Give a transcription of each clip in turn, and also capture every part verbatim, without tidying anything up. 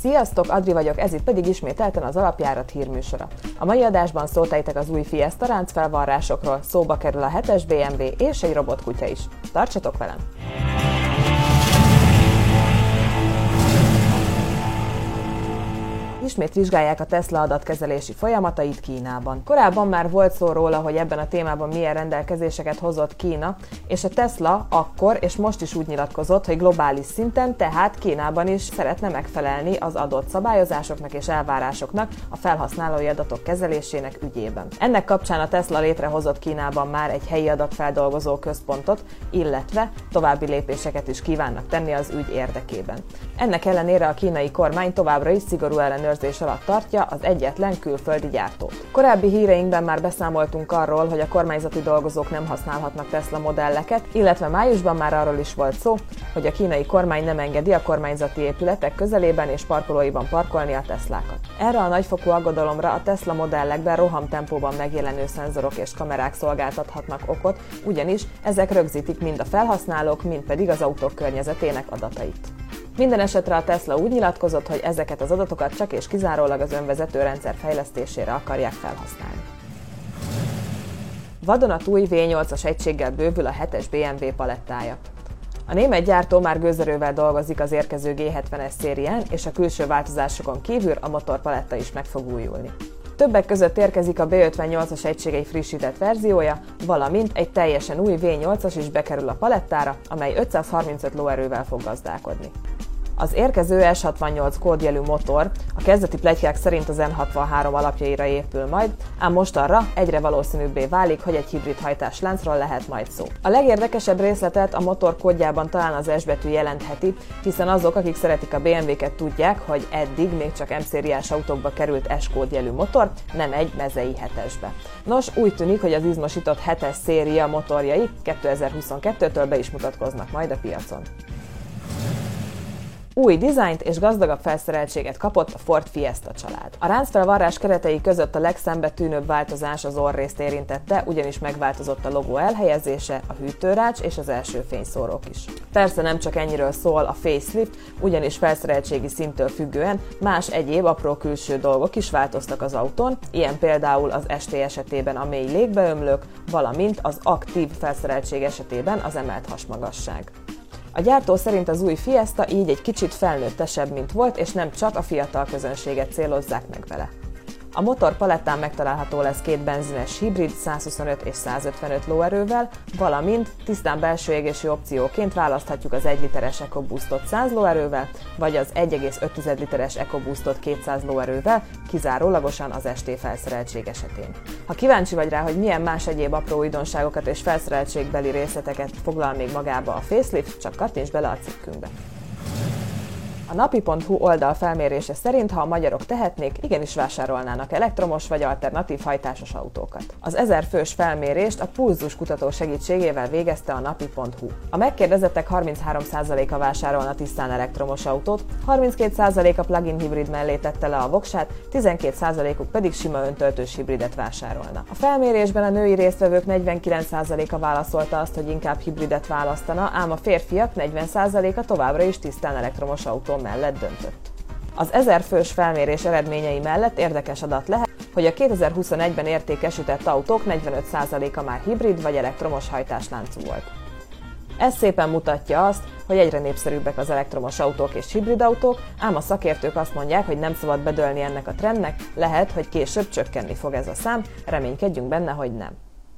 Sziasztok, Adri vagyok, ez itt pedig ismételten az Alapjárat hírműsora. A mai adásban szó ejtek az új Fiesta ráncfelvarrásokról, szóba kerül a hetes bé em vé és egy robotkutya is. Tartsatok velem! Ismét vizsgálják a Tesla adatkezelési folyamatait Kínában. Korábban már volt szó róla, hogy ebben a témában milyen rendelkezéseket hozott Kína, és a Tesla akkor és most is úgy nyilatkozott, hogy globális szinten, tehát Kínában is szeretne megfelelni az adott szabályozásoknak és elvárásoknak a felhasználói adatok kezelésének ügyében. Ennek kapcsán a Tesla létrehozott Kínában már egy helyi adatfeldolgozó központot, illetve további lépéseket is kívánnak tenni az ügy érdekében. Ennek ellenére a kínai kormány továbbra is szigorú ellenőrzés alatt tartja az egyetlen külföldi gyártót. Korábbi híreinkben már beszámoltunk arról, hogy a kormányzati dolgozók nem használhatnak Tesla modelleket, illetve májusban már arról is volt szó, hogy a kínai kormány nem engedi a kormányzati épületek közelében és parkolóiban parkolni a Teslákat. Erre a nagyfokú aggodalomra a Tesla modellekben rohamtempóban megjelenő szenzorok és kamerák szolgáltathatnak okot, ugyanis ezek rögzítik mind a felhasználók, mind pedig az autók környezetének adatait. Minden esetre a Tesla úgy nyilatkozott, hogy ezeket az adatokat csak és kizárólag az önvezető rendszer fejlesztésére akarják felhasználni. Vadonatúj vé nyolcas egységgel bővül a hetes bé em vé palettája. A német gyártó már gőzerővel dolgozik az érkező gé hetvenes szérián, és a külső változásokon kívül a motorpaletta is meg fog újulni. Többek között érkezik a bé ötvennyolcas egység egy frissített verziója, valamint egy teljesen új vé nyolcas is bekerül a palettára, amely ötszázharmincöt lóerővel fog gazdálkodni. Az érkező es hatvannyolc kódjelű motor a kezdeti pletykák szerint az en hatvanhárom alapjaira épül majd, ám mostanra egyre valószínűbbé válik, hogy egy hibrid hajtásláncról lehet majd szó. A legérdekesebb részletet a motor kódjában talán az S betű jelentheti, hiszen azok, akik szeretik a bé em véket, tudják, hogy eddig még csak M-szériás autókba került S kódjelű motor, nem egy mezei hetesbe. Nos, úgy tűnik, hogy az izmosított hetes széria motorjai kétezer-huszonkettőtől be is mutatkoznak majd a piacon. Új dizájnt és gazdagabb felszereltséget kapott a Ford Fiesta család. A ráncfelvarrás keretei között a legszembetűnőbb változás az orrrészt érintette, ugyanis megváltozott a logó elhelyezése, a hűtőrács és az első fényszórók is. Persze nem csak ennyiről szól a facelift, ugyanis felszereltségi szinttől függően más egyéb apró külső dolgok is változtak az autón, ilyen például az es té esetében a mély légbeömlők, valamint az aktív felszereltség esetében az emelt hasmagasság. A gyártó szerint az új Fiesta így egy kicsit felnőttesebb, mint volt, és nem csak a fiatal közönséget célozzák meg vele. A motor palettán megtalálható lesz két benzines hibrid százhuszonöt és százötvenöt lóerővel, valamint tisztán belső égési opcióként választhatjuk az egy literes EcoBoostot száz lóerővel, vagy az egy egész öt literes EcoBoostot kétszáz lóerővel, kizárólagosan az es té felszereltség esetén. Ha kíváncsi vagy rá, hogy milyen más egyéb apró újdonságokat és felszereltségbeli részleteket foglal még magába a facelift, csak kattints bele a cikkünkbe. A napi pont hu oldal felmérése szerint, ha a magyarok tehetnék, igenis vásárolnának elektromos vagy alternatív hajtásos autókat. Az ezer fős felmérést a Pulzus kutató segítségével végezte a napi pont hu. A megkérdezettek harminchárom százaléka vásárolna tisztán elektromos autót, harminckét százalék a plug-in hibrid mellé tette le a voksát, tizenkét százalékuk pedig sima öntöltős hibridet vásárolna. A felmérésben a női résztvevők negyvenkilenc százaléka válaszolta azt, hogy inkább hibridet választana, ám a férfiak negyven százaléka továbbra is tisztán elektromos autó mellett döntött. Az ezer fős felmérés eredményei mellett érdekes adat lehet, hogy a kétezer-huszonegyben értékesített autók negyvenöt százaléka már hibrid vagy elektromos hajtásláncú volt. Ez szépen mutatja azt, hogy egyre népszerűbbek az elektromos autók és hibrid autók, ám a szakértők azt mondják, hogy nem szabad bedőlni ennek a trendnek, lehet, hogy később csökkenni fog ez a szám, reménykedjünk benne, hogy nem.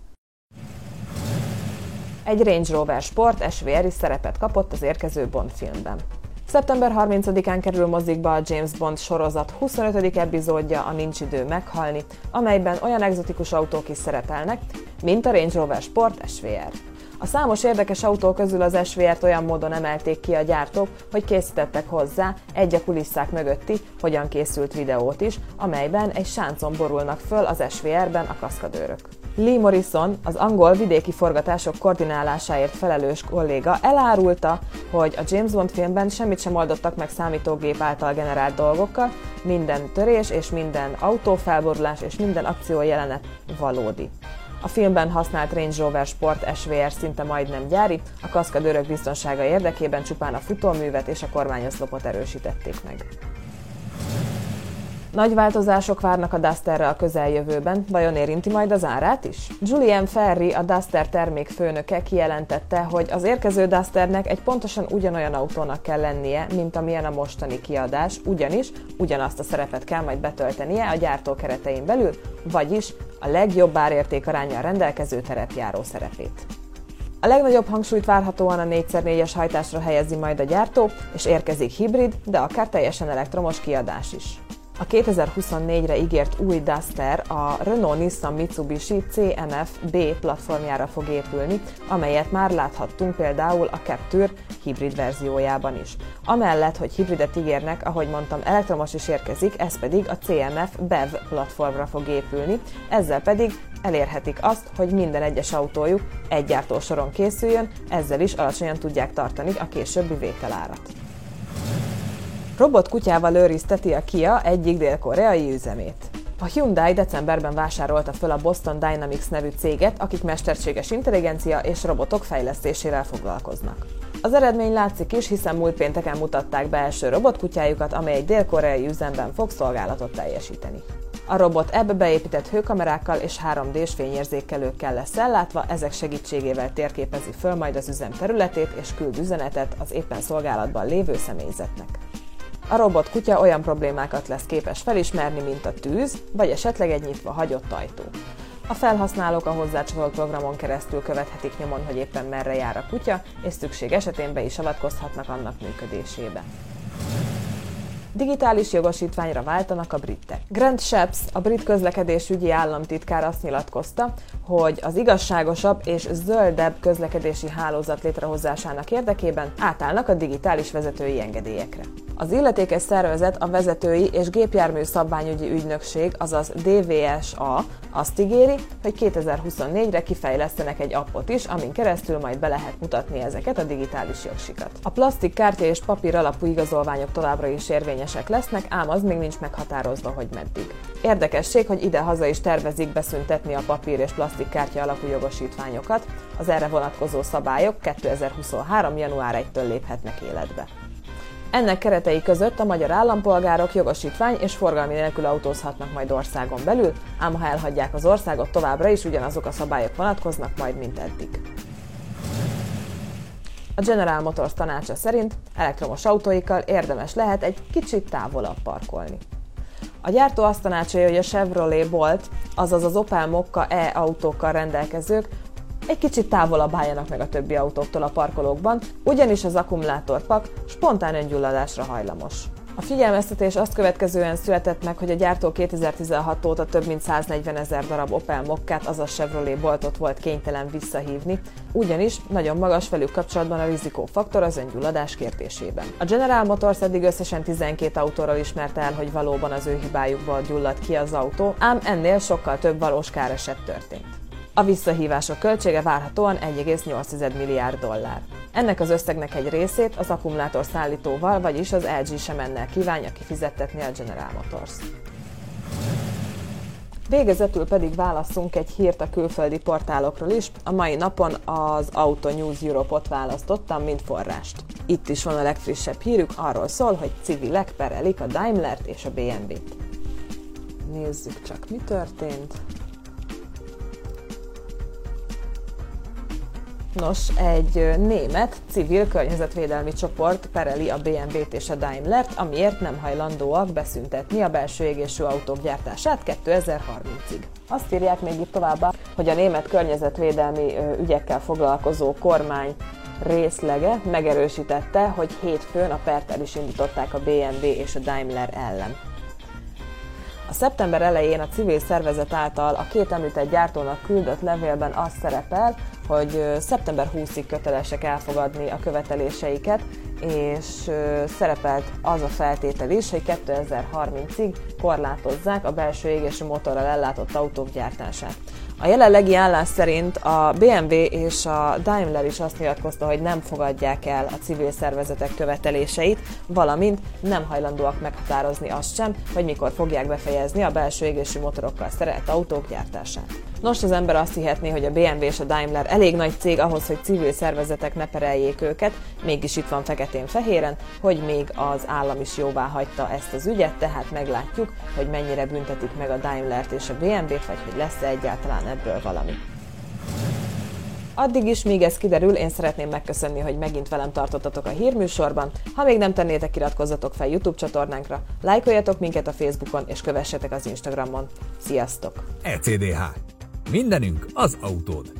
Egy Range Rover Sport es vé er is szerepet kapott az érkező Bond filmben. szeptember harmincadikán kerül mozikba a James Bond sorozat huszonötödik epizódja, a Nincs idő meghalni, amelyben olyan egzotikus autók is szerepelnek, mint a Range Rover Sport es vé er. A számos érdekes autó közül az es vé er-t olyan módon emelték ki a gyártók, hogy készítettek hozzá egy a kulisszák mögötti, hogyan készült videót is, amelyben egy sáncon borulnak föl az es vé er-ben a kaszkadőrök. Lee Morrison, az angol vidéki forgatások koordinálásáért felelős kolléga elárulta, hogy a James Bond filmben semmit sem oldottak meg számítógép által generált dolgokkal, minden törés és minden autófelborulás és minden akciójelenet valódi. A filmben használt Range Rover Sport es vé er szinte majdnem gyári, a kaszkadőrök biztonsága érdekében csupán a futóművet és a kormányoszlopot erősítették meg. Nagy változások várnak a Dusterre a közeljövőben, vajon érinti majd az árát is? Julian Ferry, a Duster termékfőnöke kijelentette, hogy az érkező Dusternek egy pontosan ugyanolyan autónak kell lennie, mint amilyen a mostani kiadás, ugyanis ugyanazt a szerepet kell majd betöltenie a gyártó keretein belül, vagyis a legjobb árértékaránnyal rendelkező terepjáró szerepét. A legnagyobb hangsúlyt várhatóan a négy szer négyes hajtásra helyezi majd a gyártó, és érkezik hibrid, de akár teljesen elektromos kiadás is. A kétezer-huszonnégyre ígért új Duster a Renault-Nissan-Mitsubishi cé en ef bé platformjára fog épülni, amelyet már láthattunk például a Captur hibrid verziójában is. Amellett, hogy hibridet ígérnek, ahogy mondtam, elektromos is érkezik, ez pedig a cé en ef bé e vé platformra fog épülni, ezzel pedig elérhetik azt, hogy minden egyes autójuk egy gyártósoron készüljön, ezzel is alacsonyan tudják tartani a későbbi vételárat. Robotkutyával őrizteti a Kia egyik dél-koreai üzemét. A Hyundai decemberben vásárolta föl a Boston Dynamics nevű céget, akik mesterséges intelligencia és robotok fejlesztésével foglalkoznak. Az eredmény látszik is, hiszen múlt pénteken mutatták be első robotkutyájukat, amely egy dél-koreai üzemben fog szolgálatot teljesíteni. A robot app beépített hőkamerákkal és három dés fényérzékelőkkel lesz ellátva, ezek segítségével térképezi föl majd az üzem területét és küld üzenetet az éppen szolgálatban lévő személyzetnek. A robotkutya olyan problémákat lesz képes felismerni, mint a tűz, vagy esetleg egy nyitva hagyott ajtó. A felhasználók a hozzácsatolt programon keresztül követhetik nyomon, hogy éppen merre jár a kutya, és szükség esetén be is avatkozhatnak annak működésébe. Digitális jogosítványra váltanak a britek. Grant Shapps, a brit közlekedésügyi államtitkár azt nyilatkozta, hogy az igazságosabb és zöldebb közlekedési hálózat létrehozásának érdekében átállnak a digitális vezetői engedélyekre. Az illetékes szervezet, a Vezetői és Gépjármű Szabványügyi Ügynökség, azaz dé vé es á azt ígéri, hogy kétezer-huszonnégyre kifejlesztenek egy appot is, amin keresztül majd be lehet mutatni ezeket a digitális jogsikat. A plastik, kártya és papír alapú igazolványok továbbra is érvényesek lesznek, ám az még nincs meghatározva, hogy meddig. Érdekesség, hogy ide-haza is tervezik beszüntetni a papír és plastik kártya alapú jogosítványokat, az erre vonatkozó szabályok kétezer-huszonhárom január elsejétől léphetnek életbe. Ennek keretei között a magyar állampolgárok jogosítvány és forgalmi nélkül autózhatnak majd országon belül, ám ha elhagyják az országot, továbbra is ugyanazok a szabályok vonatkoznak majd, mint eddig. A General Motors tanácsa szerint elektromos autóikkal érdemes lehet egy kicsit távolabb parkolni. A gyártó azt tanácsolja, hogy a Chevrolet Bolt, azaz az Opel Mokka E autókkal rendelkezők egy kicsit távolabb álljanak meg a többi autóktól a parkolókban, ugyanis az akkumulátorpak spontán öngyulladásra hajlamos. A figyelmeztetés azt következően született meg, hogy a gyártó kétezer-tizenhat óta több mint száznegyvenezer darab Opel Mokkát, azaz Chevrolet Boltot volt kénytelen visszahívni, ugyanis nagyon magas velük kapcsolatban a rizikófaktor az öngyulladás kérdésében. A General Motors eddig összesen tizenkét autóról ismerte el, hogy valóban az ő hibájukból gyulladt ki az autó, ám ennél sokkal több valós káreset történt. A visszahívások költsége várhatóan egy egész nyolc milliárd dollár. Ennek az összegnek egy részét az akkumulátor szállítóval, vagyis az el gé Semennel kívánja kifizettetni a General Motors. Végezetül pedig válasszunk egy hírt a külföldi portálokról is. A mai napon az Auto News Europe-ot választottam, mint forrást. Itt is van a legfrissebb hírük, arról szól, hogy civilek perelik a Daimlert és a bé em vét. Nézzük csak, mi történt. Nos, egy német civil környezetvédelmi csoport pereli a bé em vét és a Daimlert, amiért nem hajlandóak beszüntetni a belső égésű autók gyártását kétezer-harmincig. Azt írják még itt továbbá, hogy a német környezetvédelmi ügyekkel foglalkozó kormány részlege megerősítette, hogy hétfőn a pert el is indították a bé em vé és a Daimler ellen. A szeptember elején a civil szervezet által a két említett gyártónak küldött levélben az szerepel, hogy szeptember huszadikáig kötelesek elfogadni a követeléseiket, és szerepelt az a feltétel is, hogy kétezer-harmincig korlátozzák a belső égésű motorral ellátott autók gyártását. A jelenlegi állás szerint a bé em vé és a Daimler is azt nyilatkozta, hogy nem fogadják el a civil szervezetek követeléseit, valamint nem hajlandóak meghatározni azt sem, hogy mikor fogják befejezni a belső égésű motorokkal szerelt autók gyártását. Nos, az ember azt hihetné, hogy a bé em vé és a Daimler elég nagy cég ahhoz, hogy civil szervezetek ne pereljék őket, mégis itt van feketén-fehéren, hogy még az állam is jóvá hagyta ezt az ügyet, tehát meglátjuk, hogy mennyire büntetik meg a Daimlert és a bé em vét, vagy hogy lesz-e egyáltalán ebből valami. Addig is, míg ez kiderül, én szeretném megköszönni, hogy megint velem tartottatok a hírműsorban. Ha még nem tennétek, iratkozzatok fel YouTube csatornánkra, lájkoljatok minket a Facebookon és kövessetek az Instagramon. Sziasztok! e cé dé há. Mindenünk az autód.